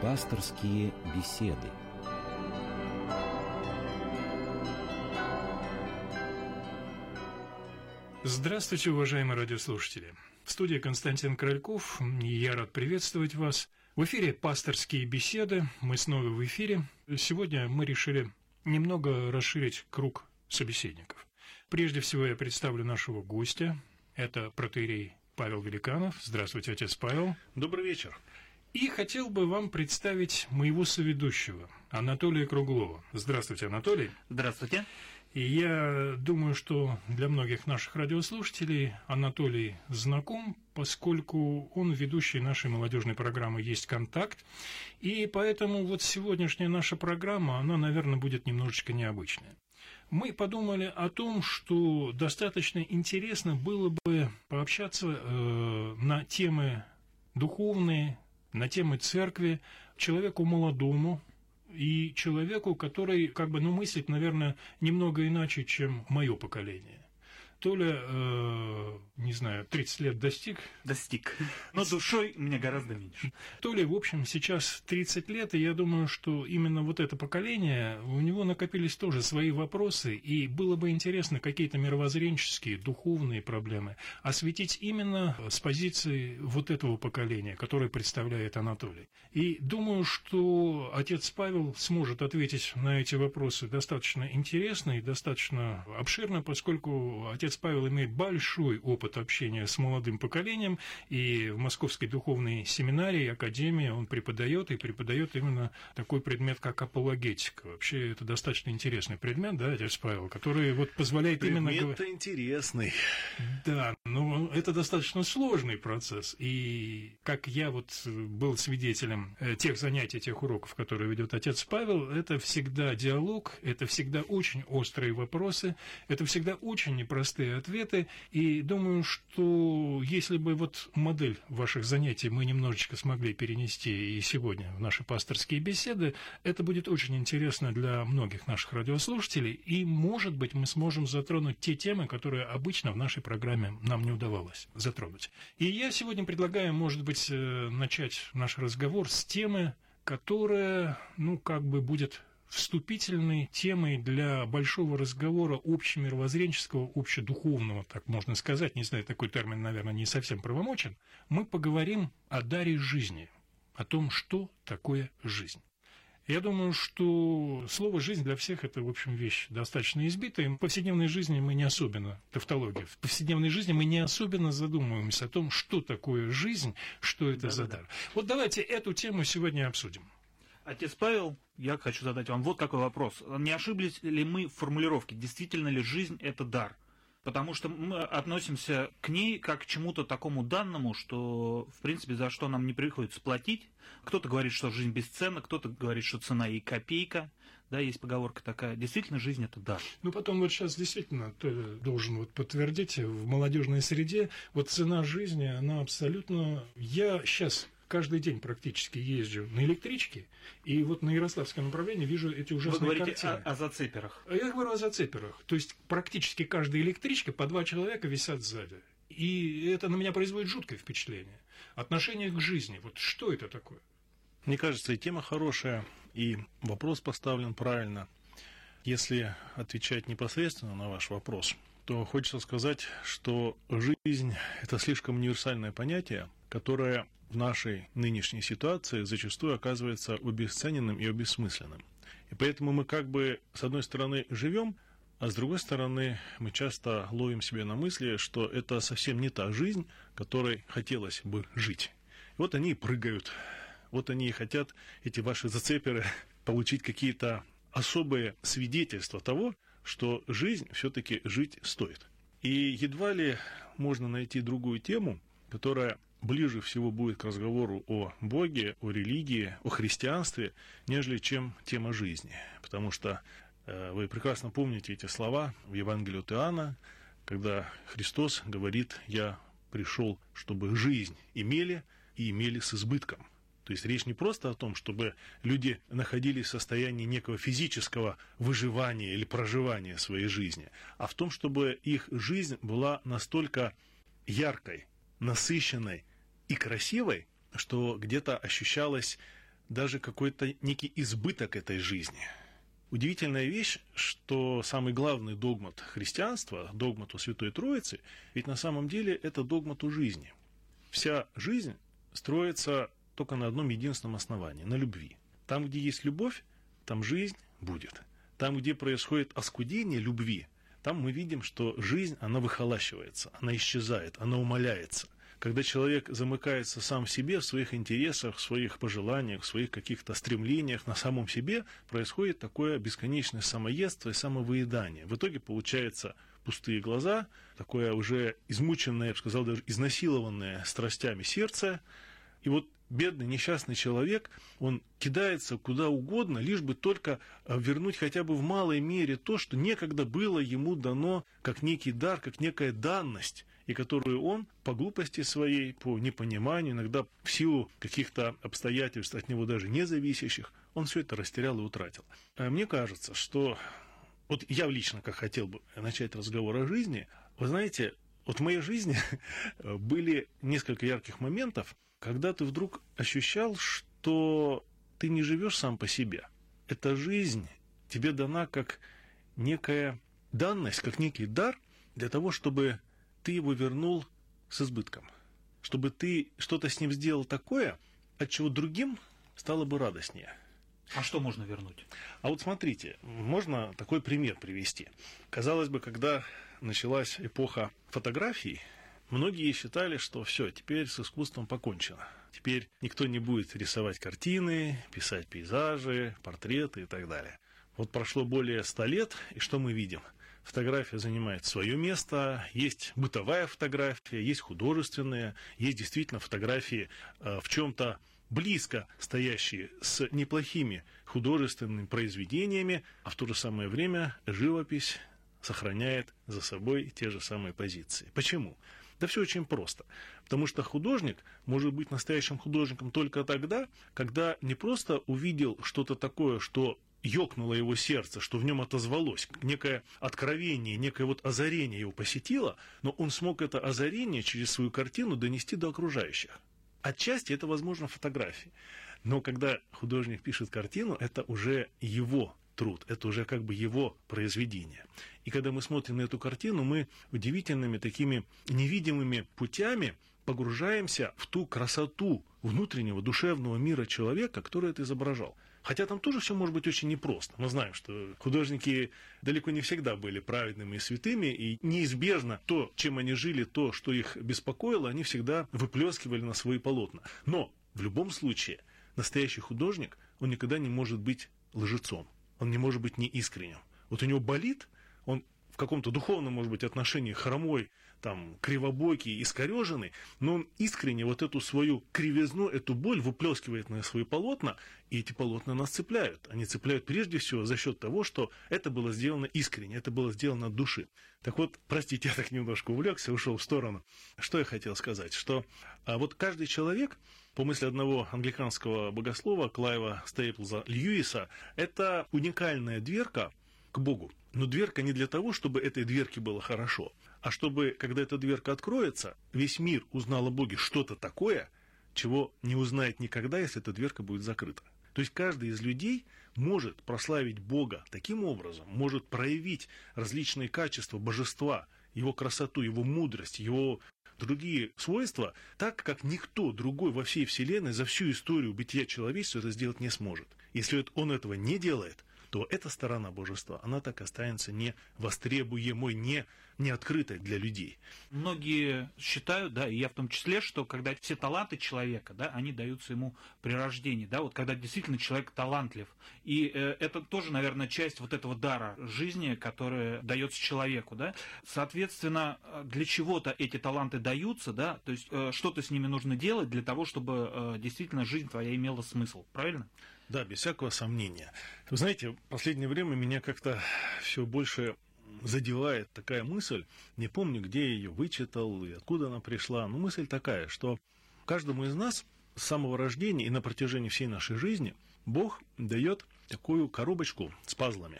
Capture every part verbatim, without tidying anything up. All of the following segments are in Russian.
Пасторские беседы. Здравствуйте, уважаемые радиослушатели. В студии Константин Кральков, и я рад приветствовать вас. В эфире «Пасторские беседы», мы снова в эфире. Сегодня мы решили немного расширить круг собеседников. Прежде всего я представлю нашего гостя. Это протоиерей Павел Великанов. Здравствуйте, отец Павел. Добрый вечер. И хотел бы вам представить моего соведущего, Анатолия Круглова. Здравствуйте, Анатолий. Здравствуйте. И я думаю, что для многих наших радиослушателей Анатолий знаком, поскольку он ведущий нашей молодежной программы «Есть контакт». И поэтому вот сегодняшняя наша программа, она, наверное, будет немножечко необычная. Мы подумали о том, что достаточно интересно было бы пообщаться э, на темы духовные, на темы церкви, человеку молодому и человеку, который как бы, ну, мыслит, наверное, немного иначе, чем мое поколение. То ли, э, не знаю, тридцать лет достиг. Достиг. Но душой мне гораздо меньше. То ли, в общем, сейчас тридцать лет, и я думаю, что именно вот это поколение, у него накопились тоже свои вопросы, и было бы интересно какие-то мировоззренческие, духовные проблемы осветить именно с позиции вот этого поколения, которое представляет Анатолий. И думаю, что отец Павел сможет ответить на эти вопросы достаточно интересно и достаточно обширно, поскольку отец Павел имеет большой опыт общения с молодым поколением, и в Московской духовной семинарии, академии он преподает, и преподает именно такой предмет, как апологетика. Вообще, это достаточно интересный предмет, да, отец Павел, который вот позволяет предмет именно... Предмет-то интересный. Да, но это достаточно сложный процесс, и как я вот был свидетелем тех занятий, тех уроков, которые ведет отец Павел, это всегда диалог, это всегда очень острые вопросы, это всегда очень непростые ответы, и думаю, что если бы вот модель ваших занятий мы немножечко смогли перенести и сегодня в наши пасторские беседы, это будет очень интересно для многих наших радиослушателей, и, может быть, мы сможем затронуть те темы, которые обычно в нашей программе нам не удавалось затронуть. И я сегодня предлагаю, может быть, начать наш разговор с темы, которая, ну, как бы будет вступительной темой для большого разговора общемировоззренческого, общедуховного, так можно сказать, не знаю, такой термин, наверное, не совсем правомочен. Мы поговорим о даре жизни, о том, что такое жизнь. Я думаю, что слово «жизнь» для всех – это, в общем, вещь достаточно избитая. В повседневной жизни мы не особенно, тавтология, в повседневной жизни мы не особенно задумываемся о том, что такое жизнь, что это за дар. Вот давайте эту тему сегодня обсудим. Отец Павел, я хочу задать вам вот какой вопрос. Не ошиблись ли мы в формулировке? Действительно ли жизнь – это дар? Потому что мы относимся к ней как к чему-то такому данному, что, в принципе, за что нам не приходится платить. Кто-то говорит, что жизнь бесценна, кто-то говорит, что цена ей копейка. Да, есть поговорка такая. Действительно, жизнь – это дар. Ну, потом вот сейчас действительно ты должен вот подтвердить, в молодежной среде вот цена жизни, она абсолютно… Я сейчас… Каждый день практически езжу на электричке, и вот на Ярославском направлении вижу эти ужасные картины. Вы говорите о, о зацеперах? Я говорю о зацеперах. То есть практически каждая электричка по два человека висят сзади. И это на меня производит жуткое впечатление. Отношение к жизни. Вот что это такое? Мне кажется, и тема хорошая, и вопрос поставлен правильно. Если отвечать непосредственно на ваш вопрос, то хочется сказать, что жизнь – это слишком универсальное понятие, которое в нашей нынешней ситуации зачастую оказывается обесцененным и обессмысленным. И поэтому мы как бы, с одной стороны, живем, а с другой стороны, мы часто ловим себя на мысли, что это совсем не та жизнь, которой хотелось бы жить. И вот они и прыгают, вот они и хотят, эти ваши зацеперы, получить какие-то особые свидетельства того, что жизнь все-таки жить стоит. И едва ли можно найти другую тему, которая ближе всего будет к разговору о Боге, о религии, о христианстве, нежели чем тема жизни. Потому что э, вы прекрасно помните эти слова в Евангелии от Иоанна, когда Христос говорит: «Я пришел, чтобы жизнь имели и имели с избытком». То есть речь не просто о том, чтобы люди находились в состоянии некого физического выживания или проживания своей жизни, а в том, чтобы их жизнь была настолько яркой, насыщенной и красивой, что где-то ощущалось даже какой-то некий избыток этой жизни. Удивительная вещь, что самый главный догмат христианства, догмат у Святой Троицы, ведь на самом деле это догмат у жизни. Вся жизнь строится только на одном единственном основании – на любви. Там, где есть любовь, там жизнь будет. Там, где происходит оскудение любви, там мы видим, что жизнь, она выхолащивается, она исчезает, она умаляется. Когда человек замыкается сам в себе, в своих интересах, в своих пожеланиях, в своих каких-то стремлениях, на самом себе, происходит такое бесконечное самоедство и самовыедание. В итоге получается пустые глаза, такое уже измученное, я бы сказал, даже изнасилованное страстями сердце. И вот бедный несчастный человек, он кидается куда угодно, лишь бы только вернуть хотя бы в малой мере то, что некогда было ему дано как некий дар, как некая данность, и которую он по глупости своей, по непониманию, иногда в силу каких-то обстоятельств от него даже не зависящих, он все это растерял и утратил. А мне кажется, что вот я лично как хотел бы начать разговор о жизни, вы знаете, вот в моей жизни были несколько ярких моментов, когда ты вдруг ощущал, что ты не живешь сам по себе. Эта жизнь тебе дана как некая данность, как некий дар для того, чтобы ты его вернул с избытком. Чтобы ты что-то с ним сделал такое, от чего другим стало бы радостнее. А что можно вернуть? А вот смотрите, можно такой пример привести. Казалось бы, когда началась эпоха фотографий, многие считали, что все, теперь с искусством покончено. Теперь никто не будет рисовать картины, писать пейзажи, портреты и так далее. Вот прошло более ста лет, и что мы видим? Фотография занимает свое место, есть бытовая фотография, есть художественная, есть действительно фотографии э, в чем-то близко стоящие с неплохими художественными произведениями, а в то же самое время живопись сохраняет за собой те же самые позиции. Почему? Да все очень просто. Потому что художник может быть настоящим художником только тогда, когда не просто увидел что-то такое, что ёкнуло его сердце, что в нем отозвалось, некое откровение, некое вот озарение его посетило, но он смог это озарение через свою картину донести до окружающих. Отчасти это возможно в фотографии. Но когда художник пишет картину, это уже его труд, это уже как бы его произведение. И когда мы смотрим на эту картину, мы удивительными такими невидимыми путями погружаемся в ту красоту внутреннего душевного мира человека, который это изображал. Хотя там тоже все может быть очень непросто. Мы знаем, что художники далеко не всегда были праведными и святыми, и неизбежно то, чем они жили, то, что их беспокоило, они всегда выплескивали на свои полотна. Но в любом случае настоящий художник, он никогда не может быть лжецом, он не может быть неискренним. Вот у него болит, он в каком-то духовном, может быть, отношении хромой, там, кривобокий, искореженный, но он искренне вот эту свою кривизну, эту боль выплескивает на свои полотна, и эти полотна нас цепляют. Они цепляют прежде всего за счет того, что это было сделано искренне, это было сделано от души. Так вот, простите, я так немножко увлекся, ушел в сторону. Что я хотел сказать? Что а вот каждый человек, по мысли одного англиканского богослова Клайва Стейплза Льюиса, это уникальная дверка к Богу. Но дверка не для того, чтобы этой дверке было хорошо, а чтобы, когда эта дверка откроется, весь мир узнал о Боге что-то такое, чего не узнает никогда, если эта дверка будет закрыта. То есть каждый из людей может прославить Бога таким образом, может проявить различные качества божества, его красоту, его мудрость, его другие свойства, так как никто другой во всей Вселенной за всю историю бытия человечества это сделать не сможет. Если он этого не делает, то эта сторона божества, она так останется не востребуемой, не, не открытой для людей. Многие считают, да, и я в том числе, что когда все таланты человека, да, они даются ему при рождении, да, вот когда действительно человек талантлив. И э, это тоже, наверное, часть вот этого дара жизни, который дается человеку, да. Соответственно, для чего-то эти таланты даются, да, то есть э, что-то с ними нужно делать для того, чтобы э, действительно жизнь твоя имела смысл, правильно? Да, без всякого сомнения. Вы знаете, в последнее время меня как-то все больше задевает такая мысль, не помню, где я ее вычитал и откуда она пришла, но мысль такая, что каждому из нас с самого рождения и на протяжении всей нашей жизни Бог дает такую коробочку с пазлами.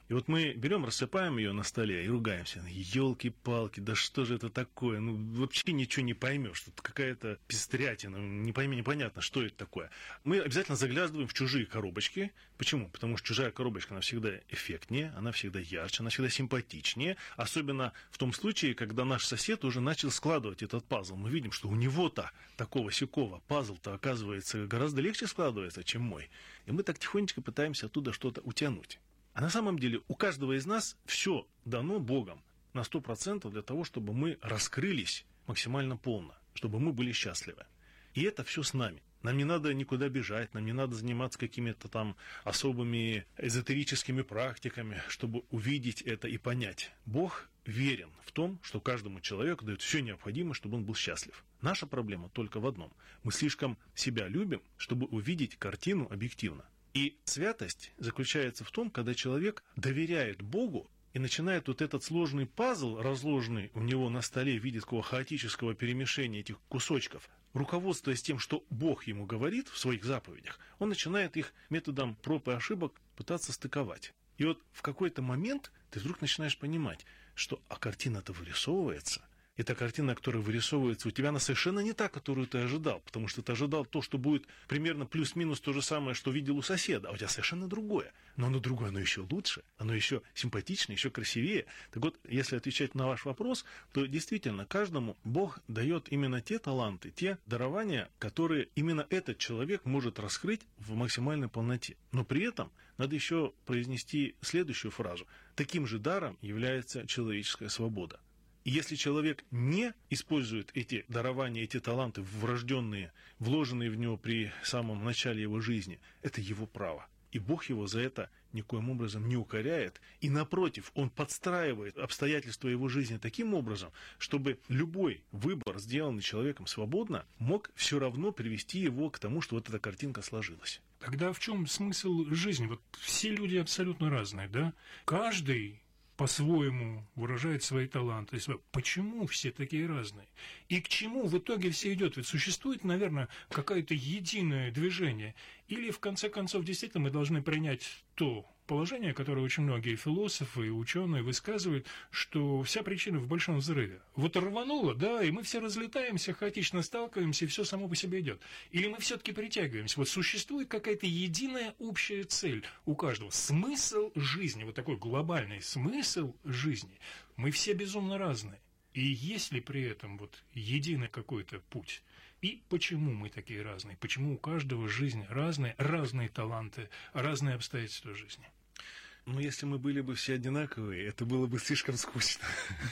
И вот мы берем, рассыпаем ее на столе и ругаемся. Елки-палки, да что же это такое? Ну, вообще ничего не поймешь. Тут какая-то пестрятина, не пойми, непонятно, что это такое. Мы обязательно заглядываем в чужие коробочки. Почему? Потому что чужая коробочка, она всегда эффектнее, она всегда ярче, она всегда симпатичнее. Особенно в том случае, когда наш сосед уже начал складывать этот пазл. Мы видим, что у него-то такого-сякого пазл-то, оказывается, гораздо легче складывается, чем мой. И мы так тихонечко пытаемся оттуда что-то утянуть. А на самом деле у каждого из нас все дано Богом на сто процентов для того, чтобы мы раскрылись максимально полно, чтобы мы были счастливы. И это все с нами. Нам не надо никуда бежать, нам не надо заниматься какими-то там особыми эзотерическими практиками, чтобы увидеть это и понять. Бог верен в том, что каждому человеку дает все необходимое, чтобы он был счастлив. Наша проблема только в одном. Мы слишком себя любим, чтобы увидеть картину объективно. И святость заключается в том, когда человек доверяет Богу и начинает вот этот сложный пазл, разложенный у него на столе в виде такого хаотического перемешения этих кусочков, руководствуясь тем, что Бог ему говорит в своих заповедях, он начинает их методом проб и ошибок пытаться стыковать. И вот в какой-то момент ты вдруг начинаешь понимать, что а картина-то вырисовывается. И та картина, которая вырисовывается у тебя, она совершенно не та, которую ты ожидал. Потому что ты ожидал то, что будет примерно плюс-минус то же самое, что видел у соседа. А у тебя совершенно другое. Но оно другое, оно еще лучше, оно еще симпатичнее, еще красивее. Так вот, если отвечать на ваш вопрос, то действительно каждому Бог дает именно те таланты, те дарования, которые именно этот человек может раскрыть в максимальной полноте. Но при этом надо еще произнести следующую фразу. Таким же даром является человеческая свобода. И если человек не использует эти дарования, эти таланты, врожденные, вложенные в него при самом начале его жизни, это его право. И Бог его за это никоим образом не укоряет. И напротив, он подстраивает обстоятельства его жизни таким образом, чтобы любой выбор, сделанный человеком свободно, мог все равно привести его к тому, что вот эта картинка сложилась. Тогда в чем смысл жизни? Вот все люди абсолютно разные, да? Каждый по-своему выражает свои таланты. Почему все такие разные? И к чему в итоге все идет? Ведь существует, наверное, какое-то единое движение. Или, в конце концов, действительно мы должны принять то положение, которое очень многие философы и ученые высказывают, что вся причина в большом взрыве. Вот рвануло, да, и мы все разлетаемся, хаотично сталкиваемся, и все само по себе идет. Или мы все-таки притягиваемся. Вот существует какая-то единая общая цель у каждого. Смысл жизни, вот такой глобальный смысл жизни. Мы все безумно разные. И есть ли при этом вот единый какой-то путь? И почему мы такие разные? Почему у каждого жизнь разная, разные таланты, разные обстоятельства жизни? Ну, если мы были бы все одинаковые, это было бы слишком скучно.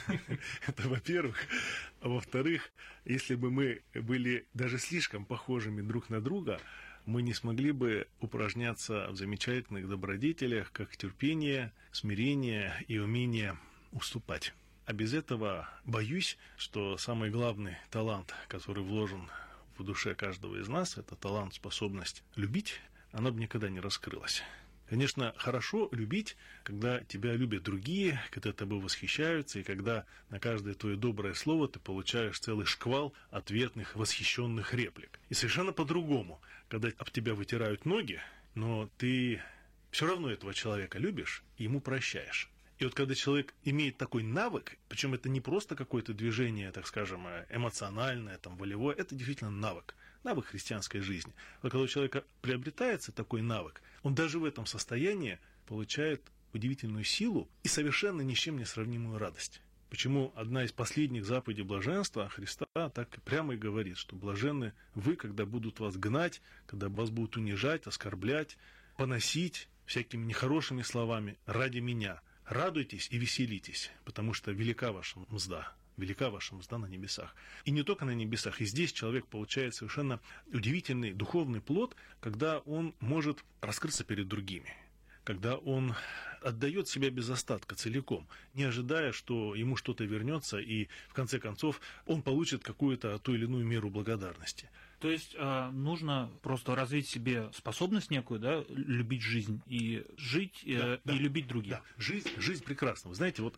Это во-первых. А во-вторых, если бы мы были даже слишком похожими друг на друга, мы не смогли бы упражняться в замечательных добродетелях, как терпение, смирение и умение уступать. А без этого боюсь, что самый главный талант, который вложен в душе каждого из нас, это талант, способность любить, она бы никогда не раскрылась. Конечно, хорошо любить, когда тебя любят другие, когда тобой восхищаются, и когда на каждое твое доброе слово ты получаешь целый шквал ответных восхищенных реплик. И совершенно по-другому, когда об тебя вытирают ноги, но ты все равно этого человека любишь и ему прощаешь. И вот когда человек имеет такой навык, причем это не просто какое-то движение, так скажем, эмоциональное, там, волевое, это действительно навык, навык христианской жизни. Но когда у человека приобретается такой навык, он даже в этом состоянии получает удивительную силу и совершенно ни с чем не сравнимую радость. Почему одна из последних заповедей блаженства Христа так прямо и говорит, что блаженны вы, когда будут вас гнать, когда вас будут унижать, оскорблять, поносить всякими нехорошими словами ради меня. Радуйтесь и веселитесь, потому что велика ваша мзда, велика ваша мзда на небесах. И не только на небесах, и здесь человек получает совершенно удивительный духовный плод, когда он может раскрыться перед другими, когда он отдает себя без остатка, целиком, не ожидая, что ему что-то вернется, и в конце концов он получит какую-то ту или иную меру благодарности. То есть э, нужно просто развить в себе способность некую, да, любить жизнь и жить, э, да, и да, любить других. Да, жизнь, жизнь прекрасна. Вы знаете, вот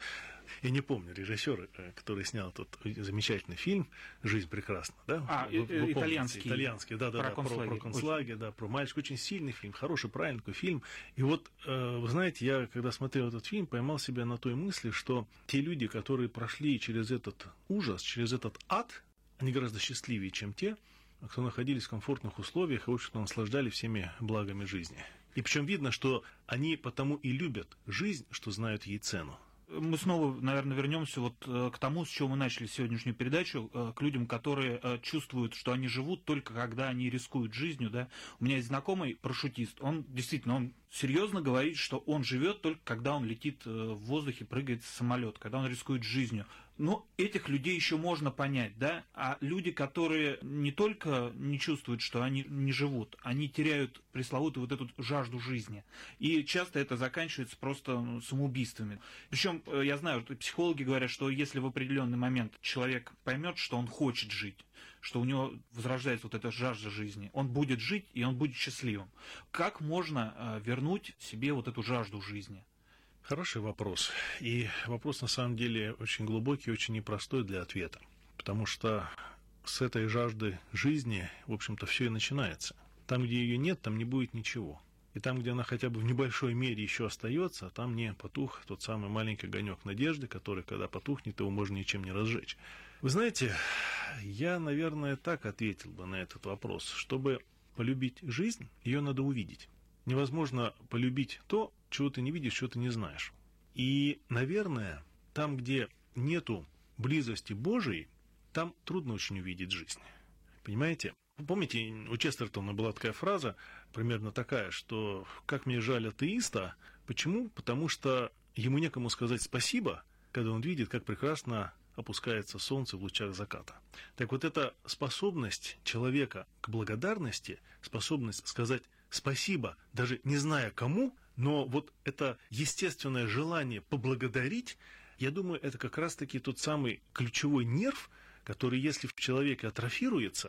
я не помню режиссера, который снял тот замечательный фильм «Жизнь прекрасна», да? А, вы, вы итальянский. Итальянский, да, да, про да, концлагерь. про, про концлагерь, да, про мальчика. Очень сильный фильм, хороший, правильный такой фильм. И вот, э, вы знаете, я, когда смотрел этот фильм, поймал себя на той мысли, что те люди, которые прошли через этот ужас, через этот ад, они гораздо счастливее, чем те, кто находились в комфортных условиях и, в общем-то, наслаждались всеми благами жизни. И причем видно, что они потому и любят жизнь, что знают ей цену. Мы снова, наверное, вернемся вот к тому, с чего мы начали сегодняшнюю передачу, к людям, которые чувствуют, что они живут только когда они рискуют жизнью, да. У меня есть знакомый парашютист, он действительно, он серьезно говорит, что он живет только когда он летит в воздухе, прыгает с самолета, когда он рискует жизнью. Но этих людей еще можно понять, да, а люди, которые не только не чувствуют, что они не живут, они теряют пресловутую вот эту жажду жизни. И часто это заканчивается просто самоубийствами. Причем я знаю, что психологи говорят, что если в определенный момент человек поймет, что он хочет жить, что у него возрождается вот эта жажда жизни, он будет жить, и он будет счастливым. Как можно вернуть себе вот эту жажду жизни? Хороший вопрос. И вопрос, на самом деле, очень глубокий, очень непростой для ответа. Потому что с этой жажды жизни, в общем-то, все и начинается. Там, где ее нет, там не будет ничего. И там, где она хотя бы в небольшой мере еще остается, там не потух тот самый маленький огонек надежды, который, когда потухнет, его можно ничем не разжечь. Вы знаете, я, наверное, так ответил бы на этот вопрос. Чтобы полюбить жизнь, ее надо увидеть. Невозможно полюбить то, чего ты не видишь, чего ты не знаешь. И, наверное, там, где нету близости Божией, там трудно очень увидеть жизнь. Понимаете? Вы помните, у Честертона была такая фраза, примерно такая, что «как мне жаль атеиста». Почему? Потому что ему некому сказать спасибо, когда он видит, как прекрасно опускается солнце в лучах заката. Так вот эта способность человека к благодарности, способность сказать спасибо, даже не зная кому, но вот это естественное желание поблагодарить, я думаю, это как раз-таки тот самый ключевой нерв, который, если в человеке атрофируется,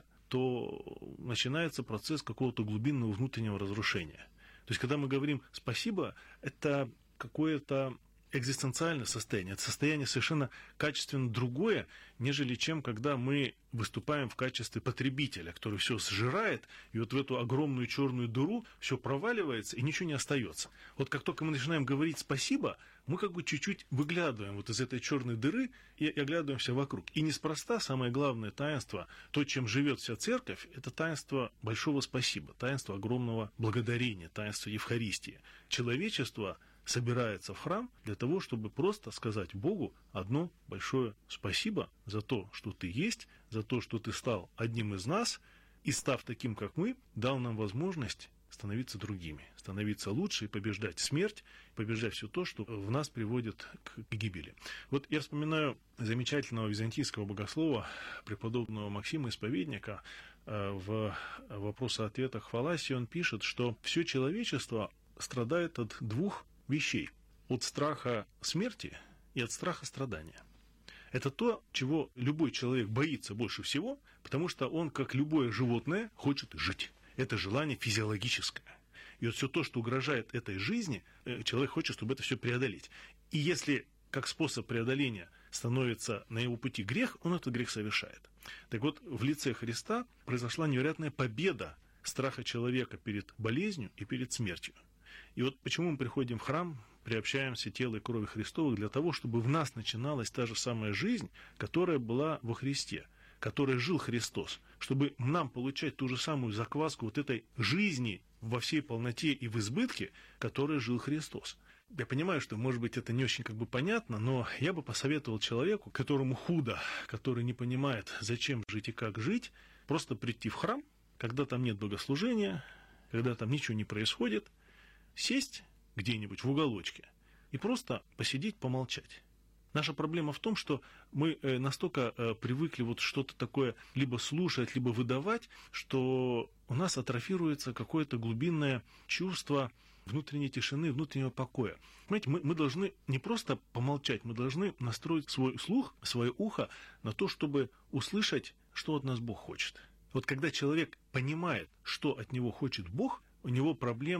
то начинается процесс какого-то глубинного внутреннего разрушения. То есть, когда мы говорим «спасибо», это какое-то экзистенциальное состояние, это состояние совершенно качественно другое, нежели чем когда мы выступаем в качестве потребителя, который все сжирает, и вот в эту огромную черную дыру все проваливается, и ничего не остается. Вот как только мы начинаем говорить «спасибо», мы как бы чуть-чуть выглядываем вот из этой черной дыры и оглядываемся вокруг. И неспроста самое главное таинство, то, чем живет вся церковь, это таинство большого спасибо, таинство огромного благодарения, таинство Евхаристии. Человечество собирается в храм для того, чтобы просто сказать Богу одно большое спасибо за то, что ты есть, за то, что ты стал одним из нас, и, став таким, как мы, дал нам возможность становиться другими, становиться лучше и побеждать смерть, побеждать все то, что в нас приводит к гибели. Вот я вспоминаю замечательного византийского богослова, преподобного Максима Исповедника, в «Вопросах-ответах Фаласии» он пишет, что все человечество страдает от двух вещей: от страха смерти и от страха страдания. Это то, чего любой человек боится больше всего, потому что он, как любое животное, хочет жить. Это желание физиологическое. И вот все то, что угрожает этой жизни, человек хочет, чтобы это все преодолеть. И если как способ преодоления становится на его пути грех, он этот грех совершает. Так вот, в лице Христа произошла невероятная победа страха человека перед болезнью и перед смертью. И вот почему мы приходим в храм, приобщаемся телу и крови Христовых, для того, чтобы в нас начиналась та же самая жизнь, которая была во Христе, которой жил Христос, чтобы нам получать ту же самую закваску вот этой жизни во всей полноте и в избытке, которой жил Христос. Я понимаю, что, может быть, это не очень как бы понятно, но я бы посоветовал человеку, которому худо, который не понимает, зачем жить и как жить, просто прийти в храм, когда там нет богослужения, когда там ничего не происходит, сесть где-нибудь в уголочке и просто посидеть, помолчать. Наша проблема в том, что мы настолько привыкли вот что-то такое либо слушать, либо выдавать, что у нас атрофируется какое-то глубинное чувство внутренней тишины, внутреннего покоя. Понимаете, мы, мы должны не просто помолчать, мы должны настроить свой слух, свое ухо на то, чтобы услышать, что от нас Бог хочет. Вот когда человек понимает, что от него хочет Бог, у него проблема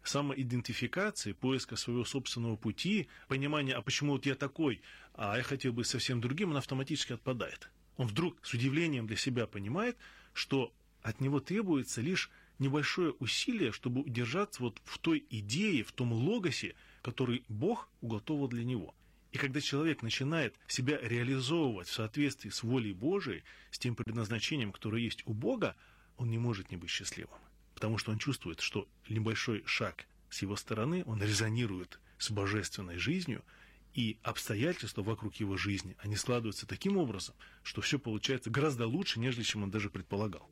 самоидентификации, поиска своего собственного пути, понимания, а почему вот я такой, а я хотел быть совсем другим, он автоматически отпадает. Он вдруг с удивлением для себя понимает, что от него требуется лишь небольшое усилие, чтобы удержаться вот в той идее, в том логосе, который Бог уготовил для него. И когда человек начинает себя реализовывать в соответствии с волей Божией, с тем предназначением, которое есть у Бога, он не может не быть счастливым. Потому что он чувствует, что небольшой шаг с его стороны, он резонирует с божественной жизнью, и обстоятельства вокруг его жизни, они складываются таким образом, что все получается гораздо лучше, нежели чем он даже предполагал.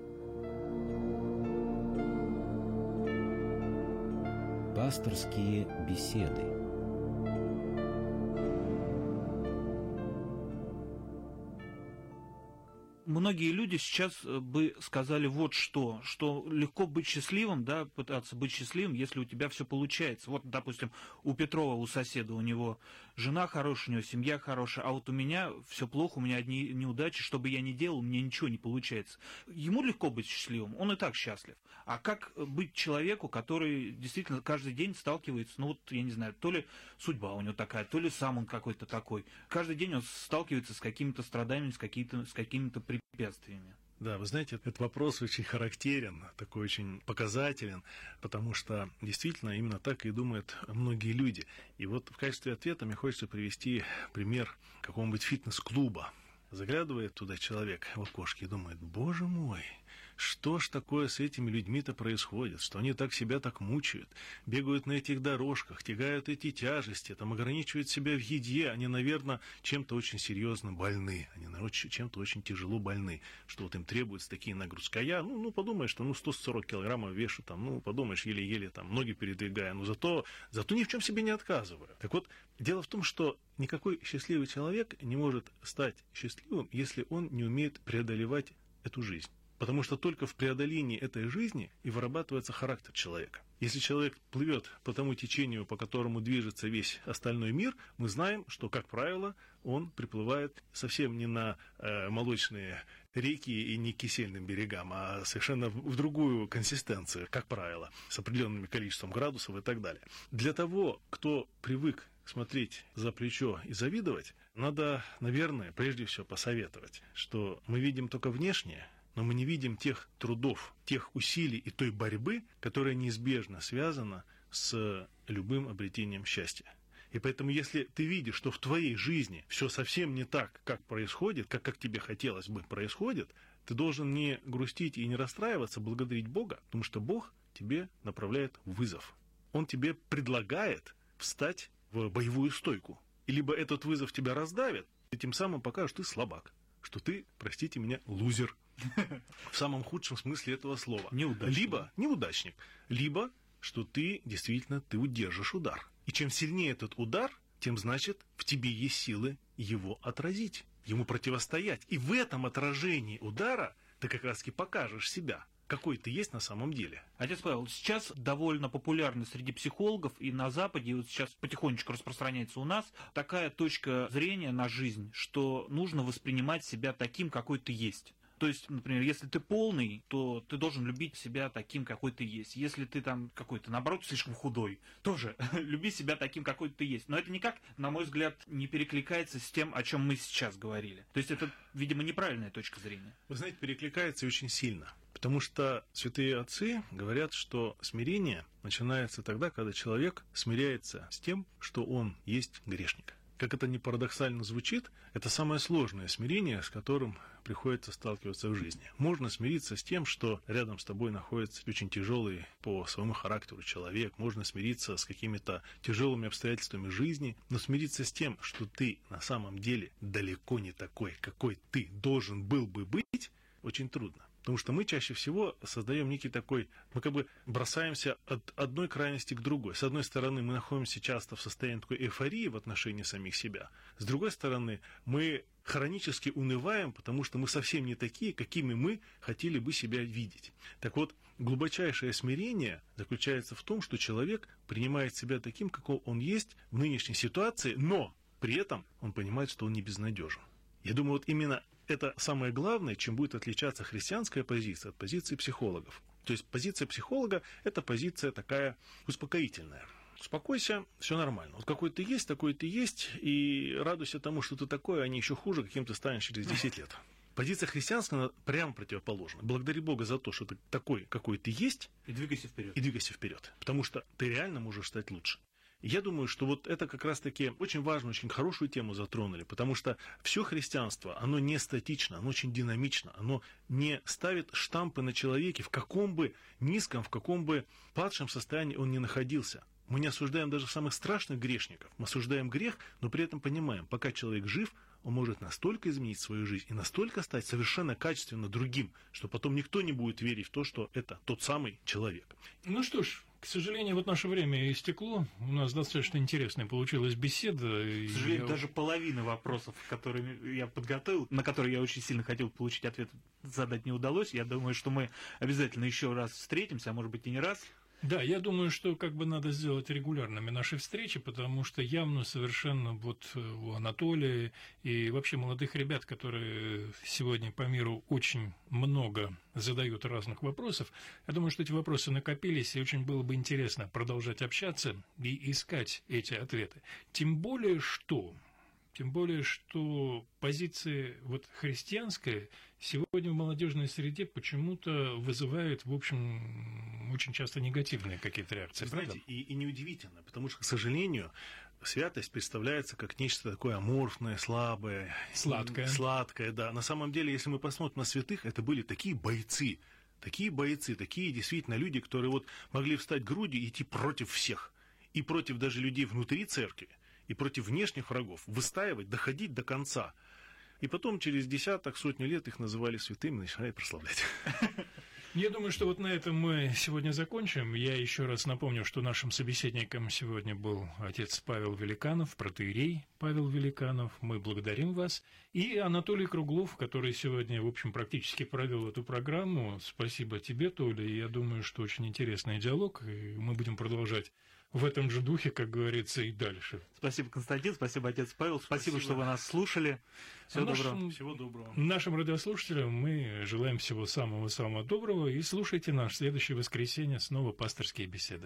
Пасторские беседы. Многие люди сейчас бы сказали вот что, что легко быть счастливым, да, пытаться быть счастливым, если у тебя все получается. Вот, допустим, у Петрова, у соседа, у него жена хорошая, у него семья хорошая, а вот у меня все плохо, у меня одни неудачи, что бы я ни делал, у меня ничего не получается. Ему легко быть счастливым, он и так счастлив. А как быть человеку, который действительно каждый день сталкивается, ну вот, я не знаю, то ли судьба у него такая, то ли сам он какой-то такой. Каждый день он сталкивается с какими-то страданиями, с какими-то, с какими-то препятствиями. Да, вы знаете, этот вопрос очень характерен, такой очень показателен, потому что действительно именно так и думают многие люди. И вот в качестве ответа мне хочется привести пример какого-нибудь фитнес-клуба. Заглядывает туда человек в окошко и думает: боже мой, что ж такое с этими людьми-то происходит, что они так себя так мучают, бегают на этих дорожках, тягают эти тяжести, там ограничивают себя в еде, они, наверное, чем-то очень серьезно больны, они чем-то очень тяжело больны, что вот им требуются такие нагрузки. А я, ну, ну подумаешь, что ну сто сорок килограммов вешу, там, ну, подумаешь, еле-еле там ноги передвигаю, но зато, зато ни в чем себе не отказываю. Так вот, дело в том, что никакой счастливый человек не может стать счастливым, если он не умеет преодолевать эту жизнь. Потому что только в преодолении этой жизни и вырабатывается характер человека. Если человек плывет по тому течению, по которому движется весь остальной мир, мы знаем, что, как правило, он приплывает совсем не на э, молочные реки и не к кисельным берегам, а совершенно в другую консистенцию, как правило, с определенным количеством градусов и так далее. Для того, кто привык смотреть за плечо и завидовать, надо, наверное, прежде всего посоветовать, что мы видим только внешнее, но мы не видим тех трудов, тех усилий и той борьбы, которая неизбежно связана с любым обретением счастья. И поэтому, если ты видишь, что в твоей жизни все совсем не так, как происходит, как, как тебе хотелось бы происходит, ты должен не грустить и не расстраиваться, благодарить Бога, потому что Бог тебе направляет вызов. Он тебе предлагает встать в боевую стойку. И либо этот вызов тебя раздавит, и тем самым покажешь, что ты слабак, что ты, простите меня, лузер. В самом худшем смысле этого слова. Неудачник. Либо неудачник, либо что ты действительно ты удержишь удар. И чем сильнее этот удар, тем значит в тебе есть силы его отразить, ему противостоять. И в этом отражении удара ты как раз-таки покажешь себя, какой ты есть на самом деле. Отец Павел, сейчас довольно популярна среди психологов и на Западе, и вот сейчас потихонечку распространяется у нас, такая точка зрения на жизнь, что нужно воспринимать себя таким, какой ты есть. То есть, например, если ты полный, то ты должен любить себя таким, какой ты есть. Если ты там какой-то, наоборот, слишком худой, тоже люби себя таким, какой ты есть. Но это никак, на мой взгляд, не перекликается с тем, о чем мы сейчас говорили. То есть это, видимо, неправильная точка зрения. Вы знаете, перекликается очень сильно. Потому что святые отцы говорят, что смирение начинается тогда, когда человек смиряется с тем, что он есть грешник. Как это ни парадоксально звучит, это самое сложное смирение, с которым приходится сталкиваться в жизни. Можно смириться с тем, что рядом с тобой находится очень тяжелый по своему характеру человек, можно смириться с какими-то тяжелыми обстоятельствами жизни, но смириться с тем, что ты на самом деле далеко не такой, какой ты должен был бы быть, очень трудно. Потому что мы чаще всего создаем некий такой, мы как бы бросаемся от одной крайности к другой. С одной стороны, мы находимся часто в состоянии такой эйфории в отношении самих себя. С другой стороны, мы хронически унываем, потому что мы совсем не такие, какими мы хотели бы себя видеть. Так вот, глубочайшее смирение заключается в том, что человек принимает себя таким, каков он есть в нынешней ситуации, но при этом он понимает, что он не безнадежен. Я думаю, вот именно это самое главное, чем будет отличаться христианская позиция от позиции психологов. То есть позиция психолога – это позиция такая успокоительная. Успокойся, все нормально. Вот какой ты есть, такой ты есть, и радуйся тому, что ты такой, а не еще хуже, каким ты станешь через десять лет. Позиция христианская прямо противоположна. Благодари Бога за то, что ты такой, какой ты есть. И двигайся вперед. И двигайся вперед. Потому что ты реально можешь стать лучше. Я думаю, что вот это как раз-таки очень важную, очень хорошую тему затронули, потому что все христианство, оно не статично, оно очень динамично, оно не ставит штампы на человеке, в каком бы низком, в каком бы падшем состоянии он ни находился. Мы не осуждаем даже самых страшных грешников, мы осуждаем грех, но при этом понимаем, пока человек жив, он может настолько изменить свою жизнь и настолько стать совершенно качественно другим, что потом никто не будет верить в то, что это тот самый человек. Ну что ж, к сожалению, вот наше время истекло. У нас достаточно интересная получилась беседа. К сожалению, я... даже половины вопросов, которые я подготовил, на которые я очень сильно хотел получить ответ, задать не удалось. Я думаю, что мы обязательно еще раз встретимся, а может быть и не раз. Да, я думаю, что как бы надо сделать регулярными наши встречи, потому что явно совершенно вот у Анатолия и вообще молодых ребят, которые сегодня по миру очень много задают разных вопросов, я думаю, что эти вопросы накопились, и очень было бы интересно продолжать общаться и искать эти ответы. Тем более, что... Тем более, что позиция вот христианская сегодня в молодежной среде почему-то вызывает, в общем, очень часто негативные какие-то реакции. Знаете, и, и неудивительно, потому что, к сожалению, святость представляется как нечто такое аморфное, слабое, сладкое. Сладкое, да. На самом деле, если мы посмотрим на святых, это были такие бойцы, такие бойцы, такие действительно люди, которые вот могли встать грудью и идти против всех, и против даже людей внутри церкви, и против внешних врагов, выстаивать, доходить до конца. И потом через десяток, сотню лет их называли святыми, начинали прославлять. Я думаю, что вот на этом мы сегодня закончим. Я еще раз напомню, что нашим собеседником сегодня был отец Павел Великанов, протоиерей Павел Великанов. Мы благодарим вас. И Анатолий Круглов, который сегодня, в общем, практически провел эту программу. Спасибо тебе, Толя. Я думаю, что очень интересный диалог, и мы будем продолжать в этом же духе, как говорится, и дальше. Спасибо, Константин, спасибо, отец Павел, спасибо, спасибо. что вы нас слушали. Всего нашим, доброго. Всего доброго. Нашим радиослушателям мы желаем всего самого-самого доброго, и слушайте нас в следующее воскресенье снова «Пасторские беседы».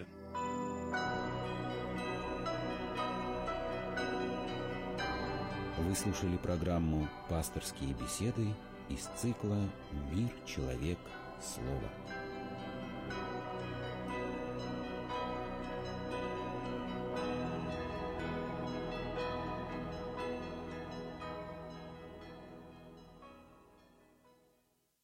Вы слушали программу «Пасторские беседы» из цикла «Мир, человек, слово».